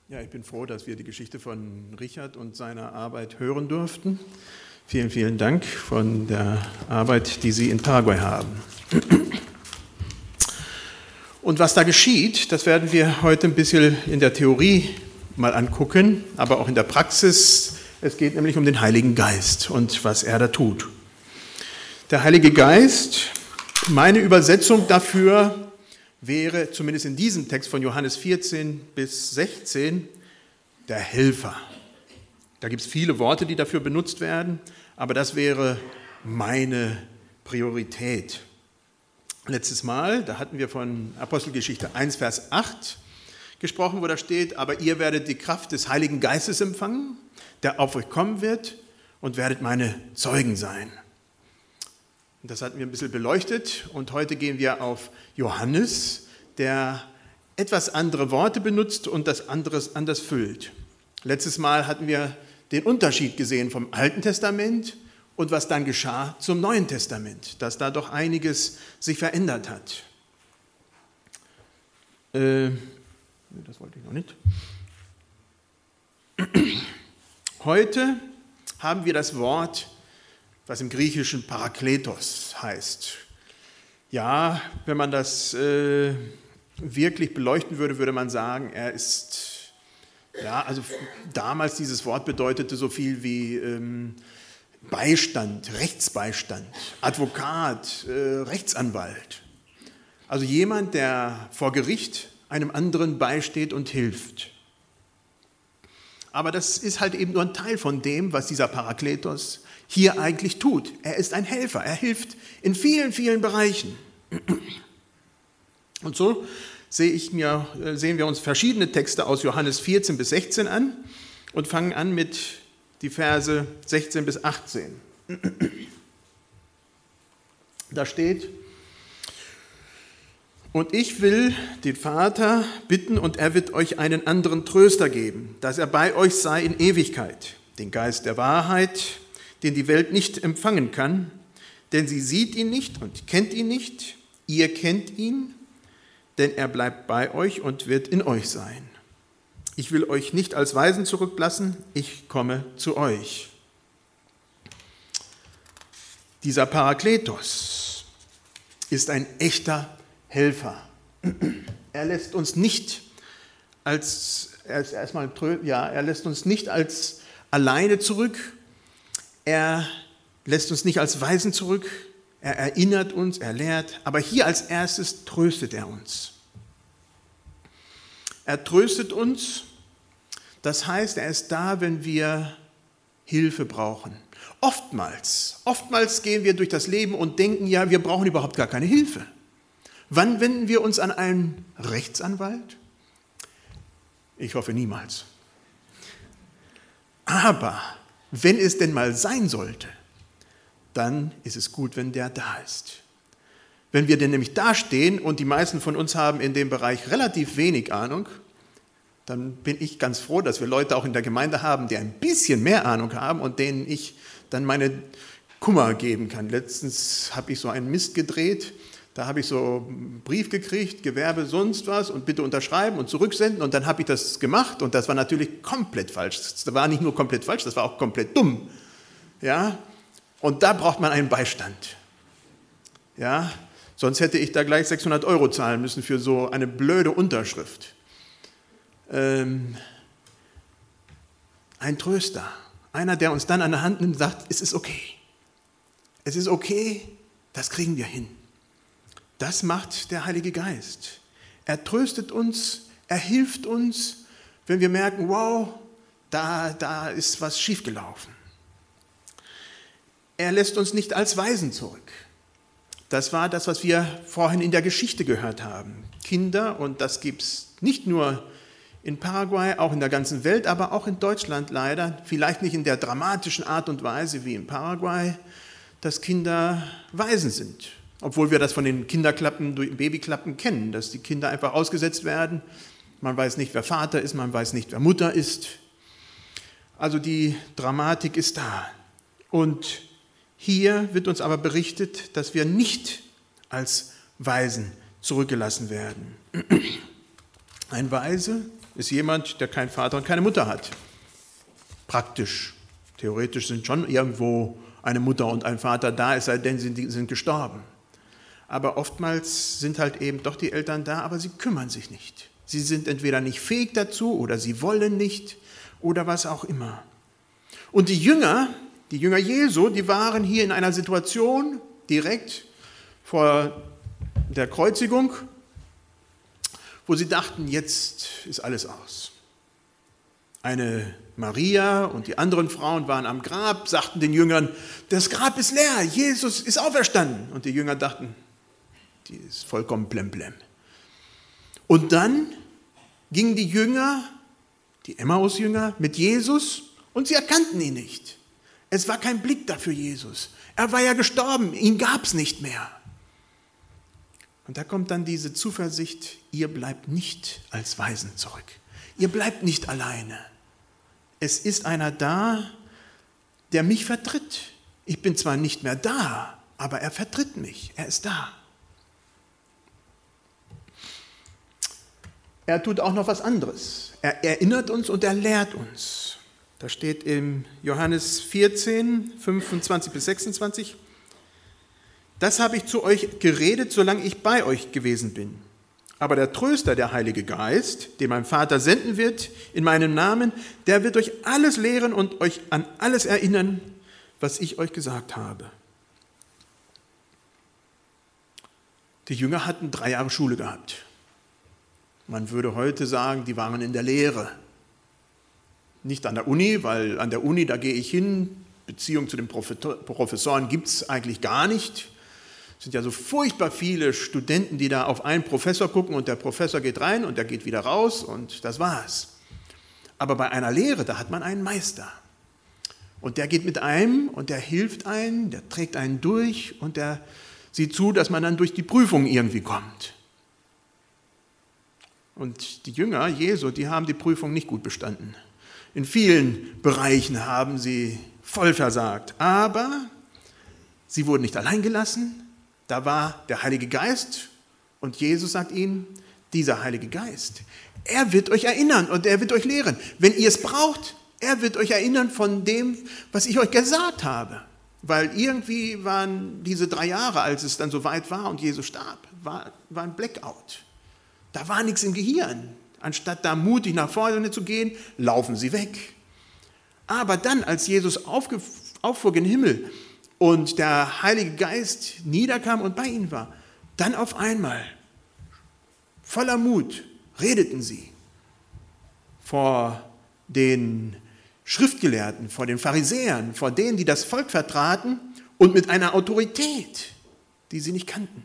Ja, ich bin froh, dass wir die Geschichte von Richard und seiner Arbeit hören durften. Vielen, vielen Dank von der Arbeit, die Sie in Paraguay haben. Und was da geschieht, das werden wir heute ein bisschen in der Theorie mal angucken, aber auch in der Praxis. Es geht nämlich um den Heiligen Geist und was er da tut. Der Heilige Geist, meine Übersetzung dafür wäre zumindest in diesem Text von Johannes 14 bis 16 der Helfer. Da gibt es viele Worte, die dafür benutzt werden, aber das wäre meine Priorität. Letztes Mal, da hatten wir von Apostelgeschichte 1, Vers 8 gesprochen, wo da steht, aber ihr werdet die Kraft des Heiligen Geistes empfangen, der auf euch kommen wird und werdet meine Zeugen sein. Das hatten wir ein bisschen beleuchtet und heute gehen wir auf Johannes, der etwas andere Worte benutzt und das anders füllt. Letztes Mal hatten wir den Unterschied gesehen vom Alten Testament und was dann geschah zum Neuen Testament, dass da doch einiges sich verändert hat. Das wollte ich noch nicht. Heute haben wir das Wort, was im Griechischen Parakletos heißt. Ja, wenn man das wirklich beleuchten würde, würde man sagen, er ist, ja, also damals dieses Wort bedeutete so viel wie Beistand, Rechtsbeistand, Advokat, Rechtsanwalt. Also jemand, der vor Gericht einem anderen beisteht und hilft. Aber das ist halt eben nur ein Teil von dem, was dieser Parakletos hier eigentlich tut. Er ist ein Helfer, er hilft in vielen, vielen Bereichen. Und so sehen wir uns verschiedene Texte aus Johannes 14 bis 16 an und fangen an mit die Verse 16 bis 18. Da steht: Und ich will den Vater bitten, und er wird euch einen anderen Tröster geben, dass er bei euch sei in Ewigkeit, den Geist der Wahrheit, den die Welt nicht empfangen kann, denn sie sieht ihn nicht und kennt ihn nicht. Ihr kennt ihn, denn er bleibt bei euch und wird in euch sein. Ich will euch nicht als Waisen zurücklassen, ich komme zu euch. Dieser Parakletos ist ein echter Helfer. Er lässt uns nicht als alleine zurück. Er lässt uns nicht als Waisen zurück, er erinnert uns, er lehrt, aber hier als erstes tröstet er uns. Er tröstet uns, das heißt, er ist da, wenn wir Hilfe brauchen. Oftmals gehen wir durch das Leben und denken, ja, wir brauchen überhaupt gar keine Hilfe. Wann wenden wir uns an einen Rechtsanwalt? Ich hoffe niemals. Aber wenn es denn mal sein sollte, dann ist es gut, wenn der da ist. Wenn wir denn nämlich dastehen und die meisten von uns haben in dem Bereich relativ wenig Ahnung, dann bin ich ganz froh, dass wir Leute auch in der Gemeinde haben, die ein bisschen mehr Ahnung haben und denen ich dann meine Kummer geben kann. Letztens habe ich so einen Mist gedreht. Da habe ich so einen Brief gekriegt, Gewerbe, sonst was und bitte unterschreiben und zurücksenden und dann habe ich das gemacht und das war natürlich komplett falsch. Das war nicht nur komplett falsch, das war auch komplett dumm. Ja? Und da braucht man einen Beistand. Ja? Sonst hätte ich da gleich 600 € zahlen müssen für so eine blöde Unterschrift. Ein Tröster, einer, der uns dann an der Hand nimmt und sagt, es ist okay. Es ist okay, das kriegen wir hin. Das macht der Heilige Geist. Er tröstet uns, er hilft uns, wenn wir merken, wow, da ist was schiefgelaufen. Er lässt uns nicht als Waisen zurück. Das war das, was wir vorhin in der Geschichte gehört haben. Kinder, und das gibt es nicht nur in Paraguay, auch in der ganzen Welt, aber auch in Deutschland leider, vielleicht nicht in der dramatischen Art und Weise wie in Paraguay, dass Kinder Waisen sind. Obwohl wir das von den Kinderklappen, Babyklappen kennen, dass die Kinder einfach ausgesetzt werden. Man weiß nicht, wer Vater ist, man weiß nicht, wer Mutter ist. Also die Dramatik ist da. Und hier wird uns aber berichtet, dass wir nicht als Waisen zurückgelassen werden. Ein Waise ist jemand, der keinen Vater und keine Mutter hat. Praktisch, theoretisch sind schon irgendwo eine Mutter und ein Vater da, es sei denn, sie sind gestorben. Aber oftmals sind halt eben doch die Eltern da, aber sie kümmern sich nicht. Sie sind entweder nicht fähig dazu oder sie wollen nicht oder was auch immer. Und die Jünger Jesu, die waren hier in einer Situation direkt vor der Kreuzigung, wo sie dachten, jetzt ist alles aus. Eine Maria und die anderen Frauen waren am Grab, sagten den Jüngern, das Grab ist leer, Jesus ist auferstanden. Und die Jünger dachten, die ist vollkommen blemblem. Und dann gingen die Jünger, die Emmaus-Jünger, mit Jesus und sie erkannten ihn nicht. Es war kein Blick da für Jesus. Er war ja gestorben, ihn gab es nicht mehr. Und da kommt dann diese Zuversicht, ihr bleibt nicht als Waisen zurück. Ihr bleibt nicht alleine. Es ist einer da, der mich vertritt. Ich bin zwar nicht mehr da, aber er vertritt mich. Er ist da. Er tut auch noch was anderes. Er erinnert uns und er lehrt uns. Da steht im Johannes 14, 25 bis 26, das habe ich zu euch geredet, solange ich bei euch gewesen bin. Aber der Tröster, der Heilige Geist, den mein Vater senden wird in meinem Namen, der wird euch alles lehren und euch an alles erinnern, was ich euch gesagt habe. Die Jünger hatten 3 Jahre Schule gehabt. Man würde heute sagen, die waren in der Lehre. Nicht an der Uni, weil an der Uni, da gehe ich hin, Beziehung zu den Professoren gibt es eigentlich gar nicht. Es sind ja so furchtbar viele Studenten, die da auf einen Professor gucken und der Professor geht rein und der geht wieder raus und das war's. Aber bei einer Lehre, da hat man einen Meister. Und der geht mit einem und der hilft einem, der trägt einen durch und der sieht zu, dass man dann durch die Prüfung irgendwie kommt. Und die Jünger Jesu, die haben die Prüfung nicht gut bestanden. In vielen Bereichen haben sie voll versagt. Aber sie wurden nicht allein gelassen. Da war der Heilige Geist und Jesus sagt ihnen, dieser Heilige Geist, er wird euch erinnern und er wird euch lehren. Wenn ihr es braucht, er wird euch erinnern von dem, was ich euch gesagt habe. Weil irgendwie waren diese 3 Jahre, als es dann so weit war und Jesus starb, war ein Blackout. Da war nichts im Gehirn. Anstatt da mutig nach vorne zu gehen, laufen sie weg. Aber dann, als Jesus auffuhr in den Himmel und der Heilige Geist niederkam und bei ihnen war, dann auf einmal, voller Mut, redeten sie vor den Schriftgelehrten, vor den Pharisäern, vor denen, die das Volk vertraten und mit einer Autorität, die sie nicht kannten.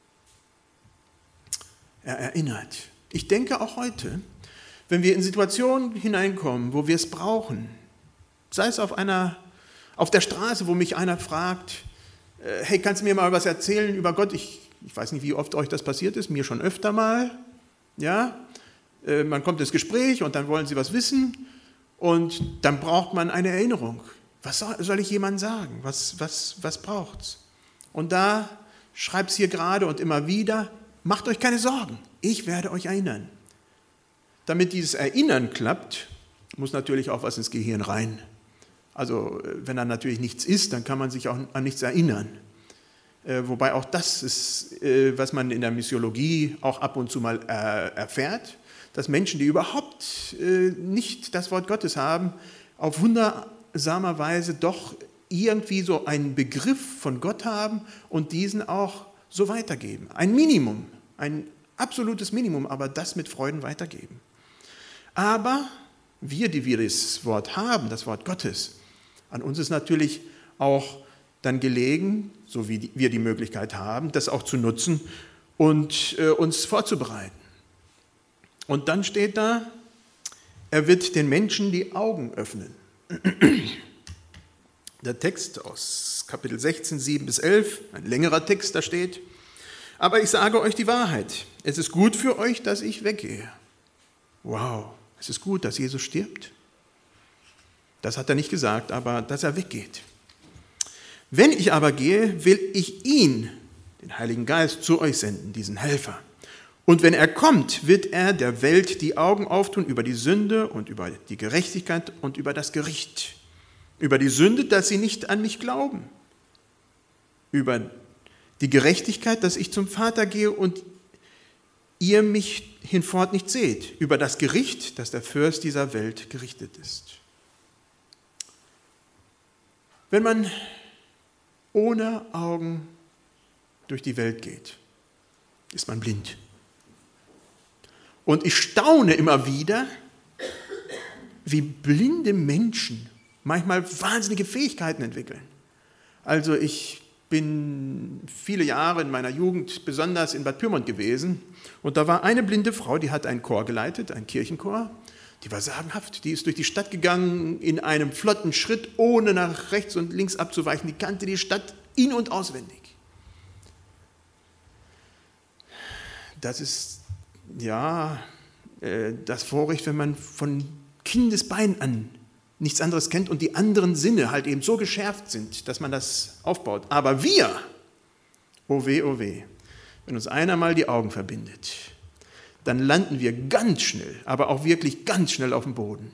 Er erinnert. Ich denke auch heute, wenn wir in Situationen hineinkommen, wo wir es brauchen, sei es auf der Straße, wo mich einer fragt, hey, kannst du mir mal was erzählen über Gott? Ich weiß nicht, wie oft euch das passiert ist, mir schon öfter mal. Ja? Man kommt ins Gespräch und dann wollen sie was wissen und dann braucht man eine Erinnerung. Was soll ich jemandem sagen? Was braucht's? Und da schreibt es hier gerade und immer wieder, macht euch keine Sorgen, ich werde euch erinnern. Damit dieses Erinnern klappt, muss natürlich auch was ins Gehirn rein. Also wenn da natürlich nichts ist, dann kann man sich auch an nichts erinnern. Wobei auch das ist, was man in der Missiologie auch ab und zu mal erfährt, dass Menschen, die überhaupt nicht das Wort Gottes haben, auf wundersame Weise doch irgendwie so einen Begriff von Gott haben und diesen auch so weitergeben. Ein Minimum, ein absolutes Minimum, aber das mit Freuden weitergeben. Aber wir, die wir das Wort haben, das Wort Gottes, an uns ist natürlich auch dann gelegen, so wie wir die Möglichkeit haben, das auch zu nutzen und uns vorzubereiten. Und dann steht da, er wird den Menschen die Augen öffnen. Der Text aus Kapitel 16, 7 bis 11, ein längerer Text, da steht, aber ich sage euch die Wahrheit, es ist gut für euch, dass ich weggehe. Wow, es ist gut, dass Jesus stirbt. Das hat er nicht gesagt, aber dass er weggeht. Wenn ich aber gehe, will ich ihn, den Heiligen Geist, zu euch senden, diesen Helfer. Und wenn er kommt, wird er der Welt die Augen auftun über die Sünde und über die Gerechtigkeit und über das Gericht. Über die Sünde, dass sie nicht an mich glauben. Über die Gerechtigkeit, dass ich zum Vater gehe und ihr mich hinfort nicht seht. Über das Gericht, dass der Fürst dieser Welt gerichtet ist. Wenn man ohne Augen durch die Welt geht, ist man blind. Und ich staune immer wieder, wie blinde Menschen manchmal wahnsinnige Fähigkeiten entwickeln. Also ich bin viele Jahre in meiner Jugend besonders in Bad Pyrmont gewesen und da war eine blinde Frau, die hat einen Chor geleitet, einen Kirchenchor. Die war sagenhaft, die ist durch die Stadt gegangen in einem flotten Schritt, ohne nach rechts und links abzuweichen. Die kannte die Stadt in- und auswendig. Das ist das Vorrecht, wenn man von Kindesbein an nichts anderes kennt und die anderen Sinne halt eben so geschärft sind, dass man das aufbaut. Aber wir, oh weh, wenn uns einer mal die Augen verbindet, dann landen wir ganz schnell, aber auch wirklich ganz schnell auf dem Boden.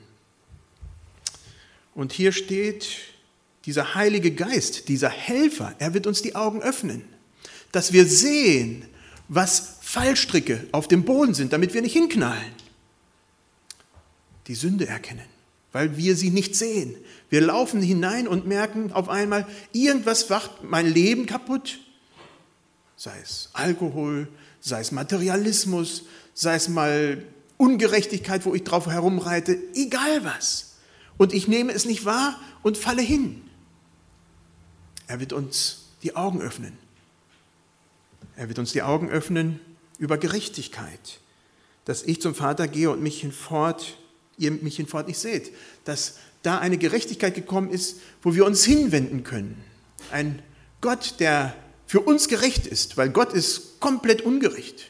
Und hier steht dieser Heilige Geist, dieser Helfer, er wird uns die Augen öffnen, dass wir sehen, was Fallstricke auf dem Boden sind, damit wir nicht hinknallen. Die Sünde erkennen, weil wir sie nicht sehen. Wir laufen hinein und merken auf einmal, irgendwas macht mein Leben kaputt. Sei es Alkohol, sei es Materialismus, sei es mal Ungerechtigkeit, wo ich drauf herumreite, egal was. Und ich nehme es nicht wahr und falle hin. Er wird uns die Augen öffnen. Er wird uns die Augen öffnen über Gerechtigkeit, dass ich zum Vater gehe und ihr mich hinfort nicht seht. Dass da eine Gerechtigkeit gekommen ist, wo wir uns hinwenden können. Ein Gott, der für uns gerecht ist, weil Gott ist komplett ungerecht.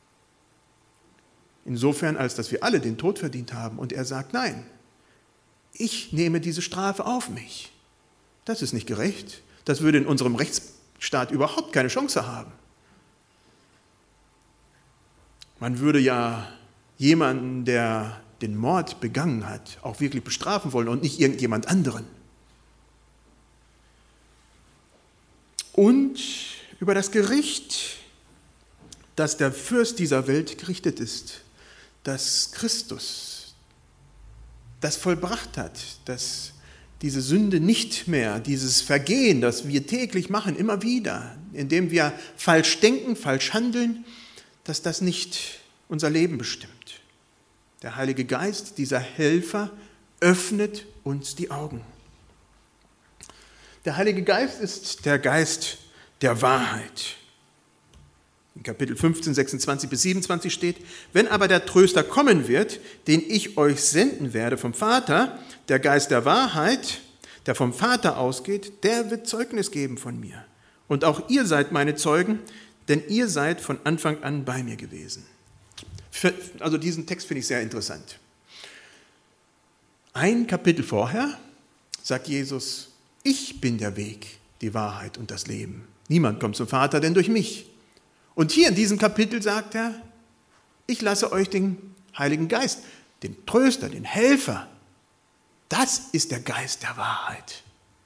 Insofern, als dass wir alle den Tod verdient haben. Und er sagt, nein, ich nehme diese Strafe auf mich. Das ist nicht gerecht. Das würde in unserem Rechtsstaat überhaupt keine Chance haben. Man würde ja jemanden, der den Mord begangen hat, auch wirklich bestrafen wollen und nicht irgendjemand anderen. Und über das Gericht, dass der Fürst dieser Welt gerichtet ist, dass Christus das vollbracht hat, dass diese Sünde nicht mehr, dieses Vergehen, das wir täglich machen, immer wieder, indem wir falsch denken, falsch handeln, dass das nicht unser Leben bestimmt. Der Heilige Geist, dieser Helfer, öffnet uns die Augen. Der Heilige Geist ist der Geist der Wahrheit. In Kapitel 15, 26 bis 27 steht, wenn aber der Tröster kommen wird, den ich euch senden werde vom Vater, der Geist der Wahrheit, der vom Vater ausgeht, der wird Zeugnis geben von mir. Und auch ihr seid meine Zeugen, denn ihr seid von Anfang an bei mir gewesen. Also diesen Text finde ich sehr interessant. Ein Kapitel vorher sagt Jesus, ich bin der Weg, die Wahrheit und das Leben. Niemand kommt zum Vater, denn durch mich. Und hier in diesem Kapitel sagt er, ich lasse euch den Heiligen Geist, den Tröster, den Helfer. Das ist der Geist der Wahrheit.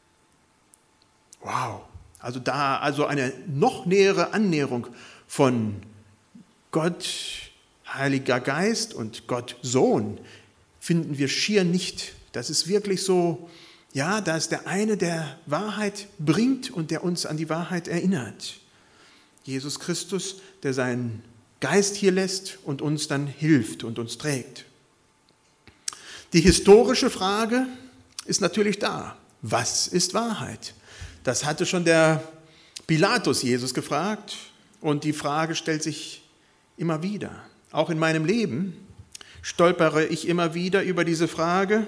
Wow. Also eine noch nähere Annäherung von Gott, Heiliger Geist und Gott Sohn finden wir schier nicht. Das ist wirklich so, ja, da ist der eine, der Wahrheit bringt und der uns an die Wahrheit erinnert. Jesus Christus, der seinen Geist hier lässt und uns dann hilft und uns trägt. Die historische Frage ist natürlich da. Was ist Wahrheit? Das hatte schon der Pilatus Jesus gefragt und die Frage stellt sich immer wieder. Auch in meinem Leben stolpere ich immer wieder über diese Frage,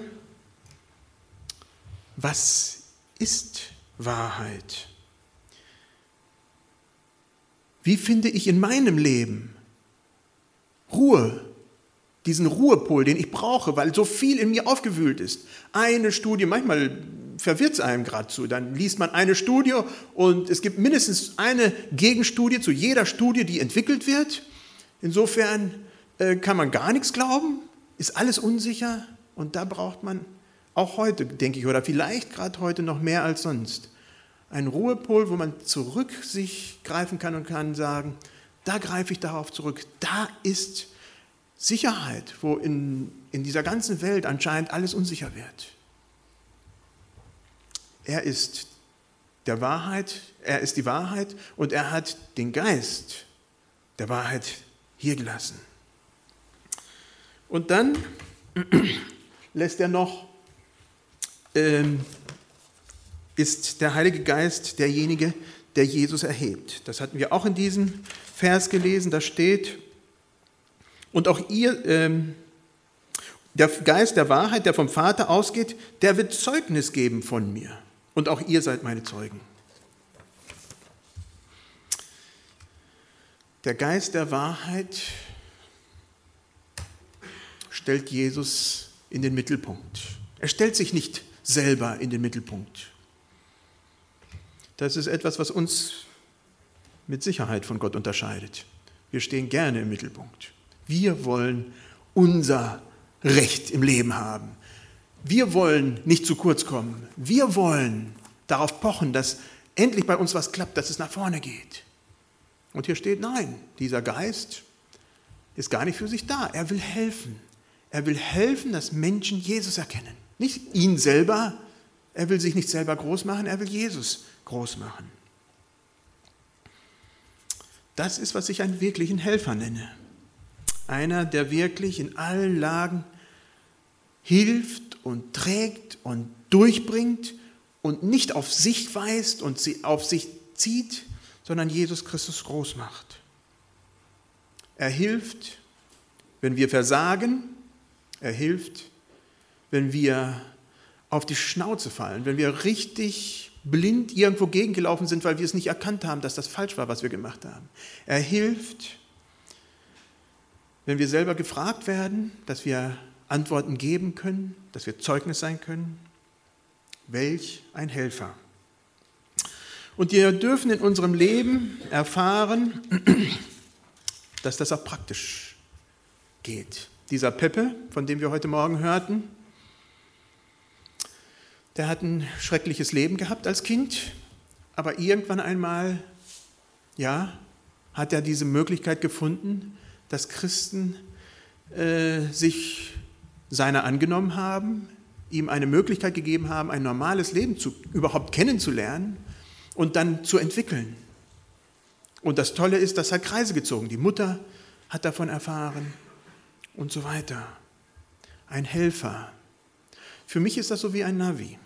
was ist Wahrheit? Wie finde ich in meinem Leben Ruhe, diesen Ruhepol, den ich brauche, weil so viel in mir aufgewühlt ist? Eine Studie, manchmal verwirrt es einem geradezu, dann liest man eine Studie und es gibt mindestens eine Gegenstudie zu jeder Studie, die entwickelt wird. Insofern kann man gar nichts glauben, ist alles unsicher und da braucht man auch heute, denke ich, oder vielleicht gerade heute noch mehr als sonst, einen Ruhepol, wo man zurück sich greifen kann und kann sagen, da greife ich darauf zurück, da ist Sicherheit, wo in dieser ganzen Welt anscheinend alles unsicher wird. Er ist die Wahrheit und er hat den Geist der Wahrheit hier gelassen. Und dann lässt er noch, ist der Heilige Geist derjenige, der Jesus erhebt. Das hatten wir auch in diesem Vers gelesen, da steht, und auch ihr, der Geist der Wahrheit, der vom Vater ausgeht, der wird Zeugnis geben von mir. Und auch ihr seid meine Zeugen. Der Geist der Wahrheit stellt Jesus in den Mittelpunkt. Er stellt sich nicht selber in den Mittelpunkt. Das ist etwas, was uns mit Sicherheit von Gott unterscheidet. Wir stehen gerne im Mittelpunkt. Wir wollen unser Recht im Leben haben. Wir wollen nicht zu kurz kommen. Wir wollen darauf pochen, dass endlich bei uns was klappt, dass es nach vorne geht. Und hier steht, nein, dieser Geist ist gar nicht für sich da. Er will helfen. Er will helfen, dass Menschen Jesus erkennen. Nicht ihn selber, er will sich nicht selber groß machen, er will Jesus groß machen. Das ist, was ich einen wirklichen Helfer nenne. Einer, der wirklich in allen Lagen hilft und trägt und durchbringt und nicht auf sich weist und sie auf sich zieht, sondern Jesus Christus groß macht. Er hilft, wenn wir versagen. Er hilft, wenn wir auf die Schnauze fallen, wenn wir richtig blind irgendwo gegengelaufen sind, weil wir es nicht erkannt haben, dass das falsch war, was wir gemacht haben. Er hilft, wenn wir selber gefragt werden, dass wir Antworten geben können, dass wir Zeugnis sein können. Welch ein Helfer. Und wir dürfen in unserem Leben erfahren, dass das auch praktisch geht. Dieser Peppe, von dem wir heute Morgen hörten, der hat ein schreckliches Leben gehabt als Kind, aber irgendwann einmal, hat er diese Möglichkeit gefunden, dass Christen sich seiner angenommen haben, ihm eine Möglichkeit gegeben haben, ein normales Leben überhaupt kennenzulernen und dann zu entwickeln. Und das Tolle ist, das hat Kreise gezogen. Die Mutter hat davon erfahren und so weiter. Ein Helfer. Für mich ist das so wie ein Navi.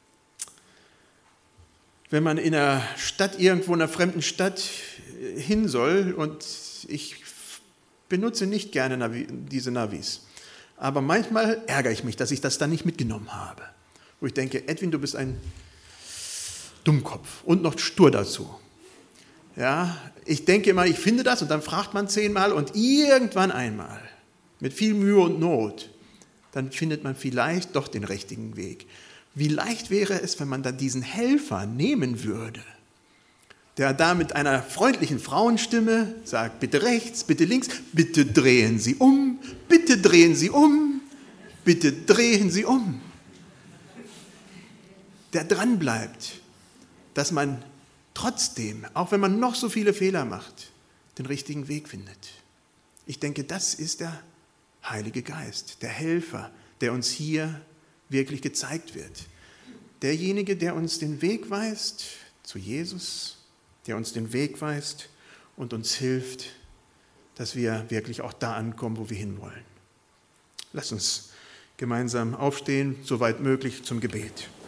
Wenn man in einer Stadt, irgendwo in einer fremden Stadt hin soll, und ich benutze nicht gerne diese Navis, aber manchmal ärgere ich mich, dass ich das dann nicht mitgenommen habe. Wo ich denke, Edwin, du bist ein Dummkopf und noch stur dazu. Ja, ich denke immer, ich finde das und dann fragt man 10-mal und irgendwann einmal, mit viel Mühe und Not, dann findet man vielleicht doch den richtigen Weg. Wie leicht wäre es, wenn man dann diesen Helfer nehmen würde, der da mit einer freundlichen Frauenstimme sagt, bitte rechts, bitte links, bitte drehen Sie um, bitte drehen Sie um, bitte drehen Sie um. Der dranbleibt, dass man trotzdem, auch wenn man noch so viele Fehler macht, den richtigen Weg findet. Ich denke, das ist der Heilige Geist, der Helfer, der uns hier wirklich gezeigt wird. Derjenige, der uns den Weg weist zu Jesus, der uns den Weg weist und uns hilft, dass wir wirklich auch da ankommen, wo wir hinwollen. Lasst uns gemeinsam aufstehen, soweit möglich zum Gebet.